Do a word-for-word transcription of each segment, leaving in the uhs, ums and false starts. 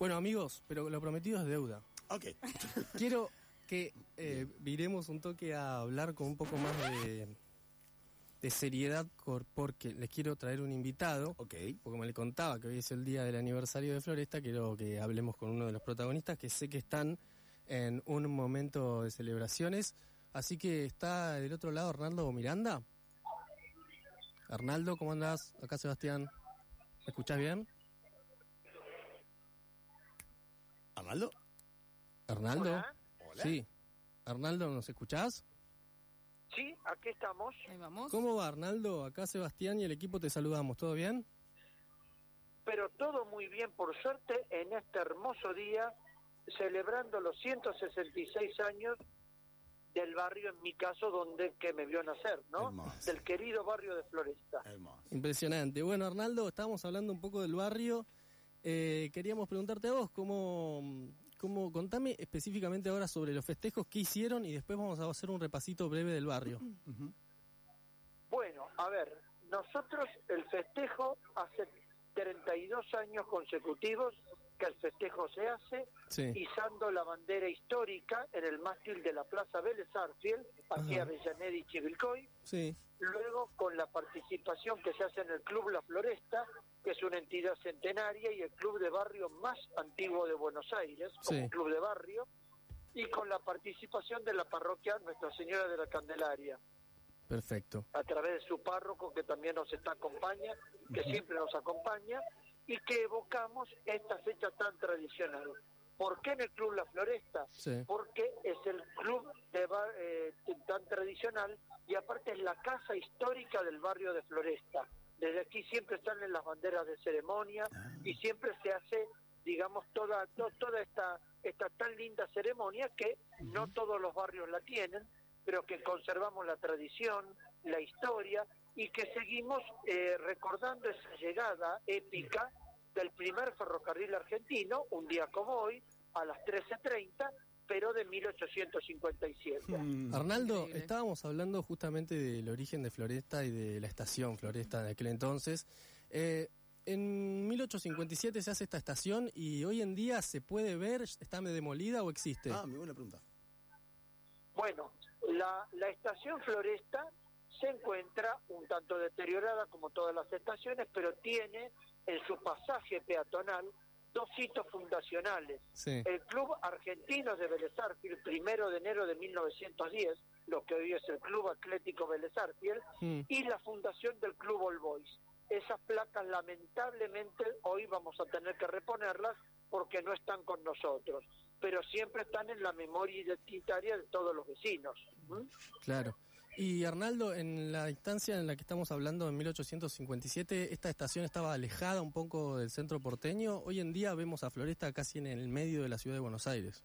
Bueno, amigos, pero lo prometido es deuda. Ok. Quiero que eh, viremos un toque a hablar con un poco más de, de seriedad, porque les quiero traer un invitado. Ok. Porque me le contaba que hoy es el día del aniversario de Floresta, quiero que hablemos con uno de los protagonistas, que sé que están en un momento de celebraciones. Así que está del otro lado Arnaldo Miranda. Arnaldo, ¿cómo andás? Acá Sebastián. ¿Me escuchás bien? ¿Arnaldo? ¿Arnaldo? Hola. Hola. Sí. Arnaldo, ¿nos escuchás? Sí, aquí estamos. Ahí vamos. ¿Cómo va, Arnaldo? Acá Sebastián y el equipo te saludamos. ¿Todo bien? Pero todo muy bien, por suerte, en este hermoso día, celebrando los ciento sesenta y seis años del barrio, en mi caso, donde que me vio nacer, ¿no? Hermoso. Del querido barrio de Floresta. Hermoso. Impresionante. Bueno, Arnaldo, estábamos hablando un poco del barrio. Eh, queríamos preguntarte a vos, ¿cómo, cómo, contame específicamente ahora sobre los festejos que hicieron y después vamos a hacer un repasito breve del barrio. Uh-huh. Bueno, a ver, nosotros el festejo hace treinta y dos años consecutivos que el festejo se hace, Sí. izando la bandera histórica en el mástil de la Plaza Vélez Arfield, aquí Ajá. Avellaneda y Chivilcoy. Sí. Luego con la participación que se hace en el Club La Floresta, que es una entidad centenaria y el club de barrio más antiguo de Buenos Aires, como Sí. club de barrio, y con la participación de la parroquia Nuestra Señora de la Candelaria, Perfecto. a través de su párroco que también nos está acompaña, que Ujú. siempre nos acompaña, y que evocamos esta fecha tan tradicional. ¿Por qué en el Club La Floresta? Sí. Porque es el club de bar, eh, tan tradicional y aparte es la casa histórica del barrio de Floresta. Desde aquí siempre están en las banderas de ceremonia y siempre se hace, digamos, toda to, toda esta esta tan linda ceremonia que no todos los barrios la tienen, pero que conservamos la tradición, la historia y que seguimos eh, recordando esa llegada épica del primer ferrocarril argentino, un día como hoy, a las trece treinta, pero de mil ochocientos cincuenta y siete. Mm. Arnaldo, Increíble. estábamos hablando justamente del origen de Floresta y de la estación Floresta de aquel entonces. Eh, en mil ochocientos cincuenta y siete se hace esta estación y hoy en día se puede ver, ¿está demolida o existe? Ah, muy buena pregunta. Bueno, la, la estación Floresta se encuentra un tanto deteriorada como todas las estaciones, pero tiene en su pasaje peatonal dos hitos fundacionales. Sí. El Club Argentino de Vélez Arfield, primero de enero de mil novecientos diez, lo que hoy es el Club Atlético Vélez Arfield, Mm. y la fundación del Club All Boys. Esas placas lamentablemente hoy vamos a tener que reponerlas porque no están con nosotros, pero siempre están en la memoria identitaria de todos los vecinos. ¿Mm? Claro. Y Arnaldo, en la instancia en la que estamos hablando, en mil ochocientos cincuenta y siete, esta estación estaba alejada un poco del centro porteño. Hoy en día vemos a Floresta casi en el medio de la ciudad de Buenos Aires.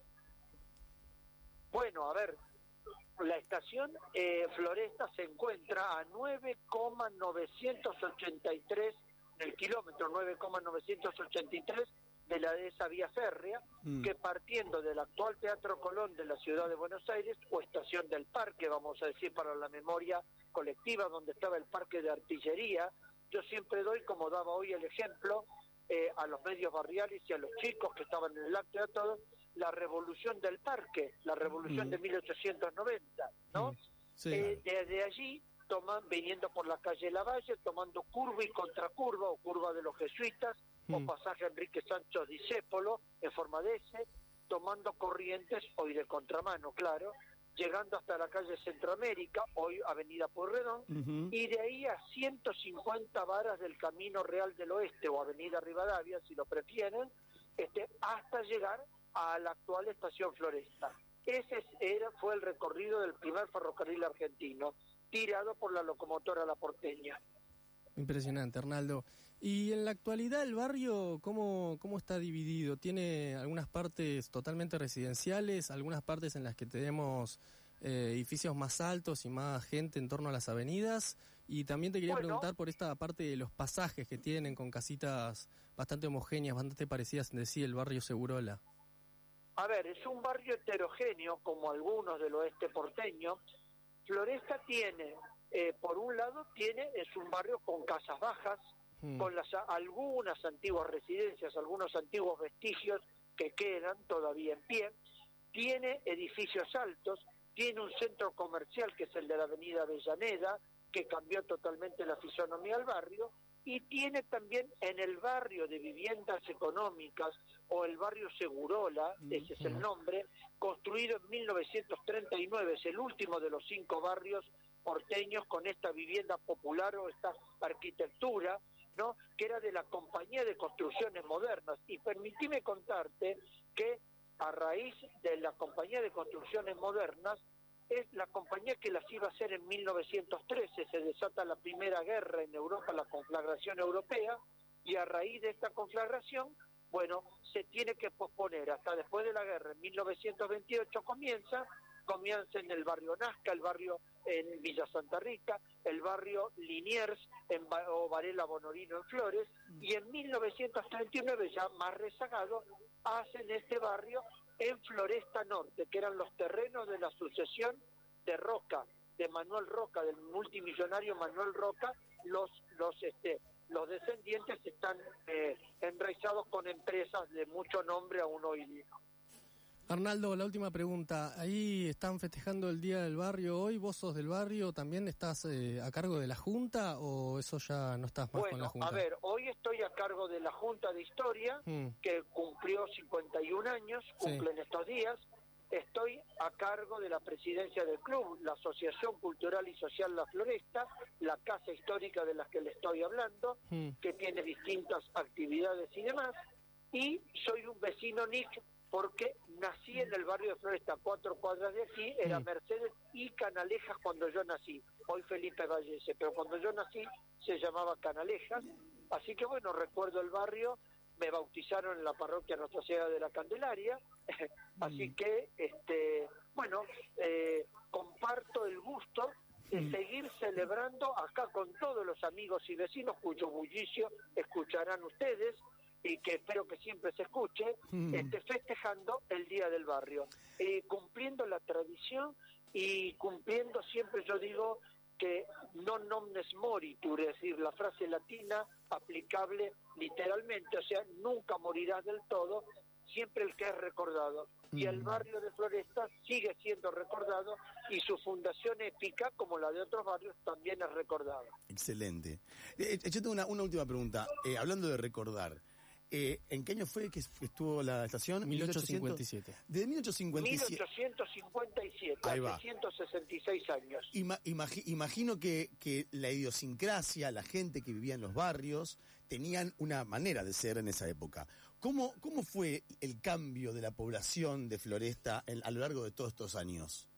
Bueno, a ver, la estación eh, Floresta se encuentra a nueve coma novecientos ochenta y tres del kilómetro, nueve coma novecientos ochenta y tres de la de esa vía férrea, Mm. que partiendo del actual Teatro Colón de la ciudad de Buenos Aires, o Estación del Parque, vamos a decir para la memoria colectiva, donde estaba el Parque de Artillería, yo siempre doy, como daba hoy el ejemplo, eh, a los medios barriales y a los chicos que estaban en el acto y a todos, la revolución del parque, la revolución Mm. de mil ochocientos noventa, ¿no? Mm. Sí. Eh, desde allí, toman, viniendo por la calle Lavalle, tomando curva y contracurva, o curva de los jesuitas, o Mm. pasaje Enrique Sancho Discépolo, en forma de S, tomando corrientes, hoy de contramano, claro, llegando hasta la calle Centroamérica, hoy Avenida Pueyrredón, Ujú. y de ahí a ciento cincuenta varas del Camino Real del Oeste, o Avenida Rivadavia, si lo prefieren, este, hasta llegar a la actual Estación Floresta. Ese es- era, fue el recorrido del primer ferrocarril argentino, tirado por la locomotora La Porteña. Impresionante, Arnaldo. Y en la actualidad el barrio, ¿cómo, cómo está dividido? ¿Tiene algunas partes totalmente residenciales, algunas partes en las que tenemos eh, edificios más altos y más gente en torno a las avenidas? Y también te quería Bueno. preguntar por esta parte de los pasajes que tienen con casitas bastante homogéneas, bastante parecidas en sí, el barrio Segurola. A ver, es un barrio heterogéneo, como algunos del oeste porteño. Floresta tiene, eh, por un lado, tiene es un barrio con casas bajas, mm. con las algunas antiguas residencias, algunos antiguos vestigios que quedan todavía en pie. Tiene edificios altos, tiene un centro comercial que es el de la avenida Avellaneda, que cambió totalmente la fisonomía del barrio, y tiene también en el barrio de viviendas económicas, o el barrio Segurola, ese es el nombre, construido en mil novecientos treinta y nueve, es el último de los cinco barrios porteños con esta vivienda popular o esta arquitectura, ¿no?, que era de la Compañía de Construcciones Modernas. Y permitime contarte que a raíz de la Compañía de Construcciones Modernas, es la compañía que las iba a hacer en mil novecientos trece, se desata la Primera Guerra en Europa, la conflagración europea, y a raíz de esta conflagración, bueno, se tiene que posponer hasta después de la guerra. En mil novecientos veintiocho comienza, comienza en el barrio Nazca, el barrio en Villa Santa Rita, el barrio Liniers en o Varela Bonorino en Flores, y en mil novecientos treinta y nueve, ya más rezagado, hacen este barrio en Floresta Norte, que eran los terrenos de la sucesión de Roca, de Manuel Roca, del multimillonario Manuel Roca. Los los este los descendientes están eh, enraizados con empresas de mucho nombre aún hoy día. Arnaldo, la última pregunta. Ahí están festejando el Día del Barrio hoy. ¿Vos sos del barrio? ¿También estás eh, a cargo de la Junta o eso ya no estás más bueno, con la Junta? A ver, hoy estoy a cargo de la Junta de Historia, mm. que cumplió cincuenta y un años, cumple en estos días. Estoy a cargo de la presidencia del club, la Asociación Cultural y Social La Floresta, la casa histórica de la que le estoy hablando, mm. que tiene distintas actividades y demás. Y soy un vecino Nick, porque nací en el barrio de Floresta, cuatro cuadras de aquí, era Mercedes y Canalejas cuando yo nací. Hoy Felipe Vallese, pero cuando yo nací se llamaba Canalejas. Así que bueno, recuerdo el barrio, me bautizaron en la parroquia Nuestra Señora de la Candelaria. Así que, este bueno, eh, comparto el gusto de seguir celebrando acá con todos los amigos y vecinos, cuyo bullicio escucharán ustedes, y que espero que siempre se escuche, mm. este, festejando el Día del Barrio, eh, cumpliendo la tradición y cumpliendo siempre, yo digo, que non omnes moritur, es decir, la frase latina aplicable literalmente, o sea, nunca morirás del todo, siempre el que es recordado. Mm. Y el barrio de Floresta sigue siendo recordado y su fundación épica, como la de otros barrios, también es recordada. Excelente. Eh, yo tengo una, una última pregunta, eh, hablando de recordar. Eh, ¿En qué año fue que estuvo la estación? mil ochocientos cincuenta y siete. Desde mil ochocientos cincuenta y siete. mil ochocientos cincuenta y siete, hace ciento sesenta y seis años. Ima, imagi, imagino que, que la idiosincrasia, la gente que vivía en los barrios, tenían una manera de ser en esa época. ¿Cómo, cómo fue el cambio de la población de Floresta en, a lo largo de todos estos años?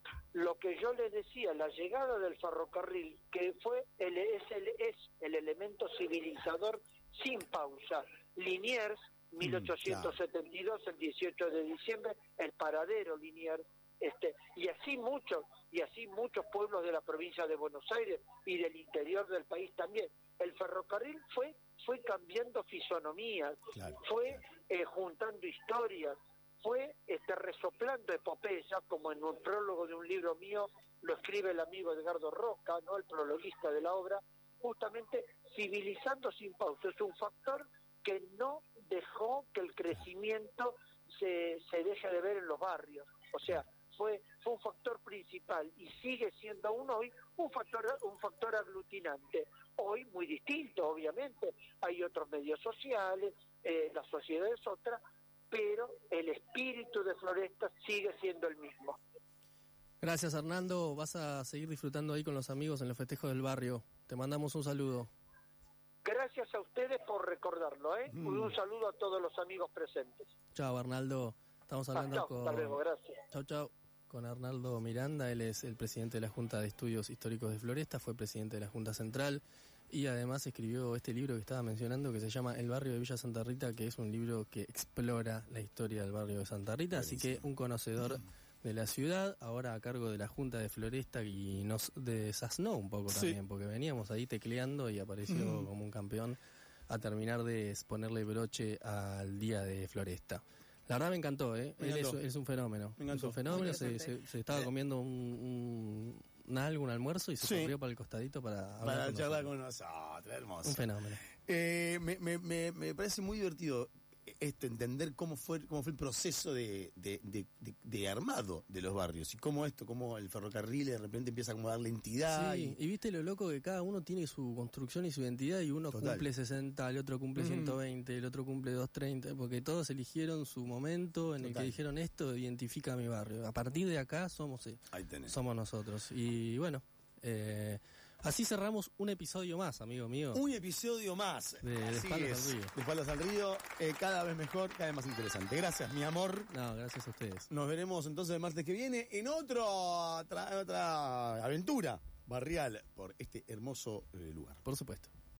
Lo que yo les decía, la llegada del ferrocarril, que fue el, es, el, es el elemento civilizador sin pausa. Liniers, mil ochocientos setenta y dos, mm, claro. El dieciocho de diciembre, el paradero Liniers, este, y así muchos, y así muchos pueblos de la provincia de Buenos Aires y del interior del país también. El ferrocarril fue, fue cambiando fisonomías, claro, fue claro. Eh, juntando historias, fue este, resoplando epopeyas, como en un prólogo de un libro mío lo escribe el amigo Edgardo Roca, ¿no?, el prologuista de la obra, justamente civilizando sin pausa. Es un factor que no dejó que el crecimiento se, se deje de ver en los barrios. O sea, fue, fue un factor principal y sigue siendo aún hoy un factor, un factor aglutinante. Hoy muy distinto, obviamente. Hay otros medios sociales, eh, la sociedad es otra, pero el espíritu de Floresta sigue siendo el mismo. Gracias, Hernando. Vas a seguir disfrutando ahí con los amigos en los festejos del barrio. Te mandamos un saludo. Gracias a ustedes por recordarlo, ¿eh? Mm. Un saludo a todos los amigos presentes. Chao, Arnaldo. Estamos hablando ah, chau, con... Hasta luego, gracias. Chao, chao. Con Arnaldo Miranda, él es el presidente de la Junta de Estudios Históricos de Floresta, fue presidente de la Junta Central y además escribió este libro que estaba mencionando que se llama El barrio de Villa Santa Rita, que es un libro que explora la historia del barrio de Santa Rita, así que un conocedor de la ciudad, ahora a cargo de la Junta de Floresta, y nos desasnó un poco también, sí, porque veníamos ahí tecleando y apareció mm. como un campeón a terminar de ponerle broche al Día de Floresta. La verdad me encantó, ¿eh? Me Él es, es un fenómeno. Me es un fenómeno, se, se, se estaba comiendo un, un, un algo, un almuerzo y se sí. corrió para el costadito para hablar para con charlar con nosotros. Hermoso. Un fenómeno. Eh, me, me, me, me parece muy divertido esto, entender cómo fue cómo fue el proceso de, de, de, de, de armado de los barrios y cómo esto, cómo el ferrocarril de repente empieza a como darle entidad. Sí, y... y viste lo loco que cada uno tiene su construcción y su identidad y uno Total. cumple sesenta, el otro cumple Mm. ciento veinte, el otro cumple doscientos treinta, porque todos eligieron su momento en el Total. que dijeron esto identifica a mi barrio. A partir de acá somos, eh, Ahí tenés. somos nosotros. Y bueno, eh, así cerramos un episodio más, amigo mío. Un episodio más. De- de Así Espaldas es. al Río. De Espaldas al Río, eh, cada vez mejor, cada vez más interesante. Gracias, mi amor. No, gracias a ustedes. Nos veremos entonces el martes que viene en otro, otra, otra aventura barrial por este hermoso eh, lugar. Por supuesto.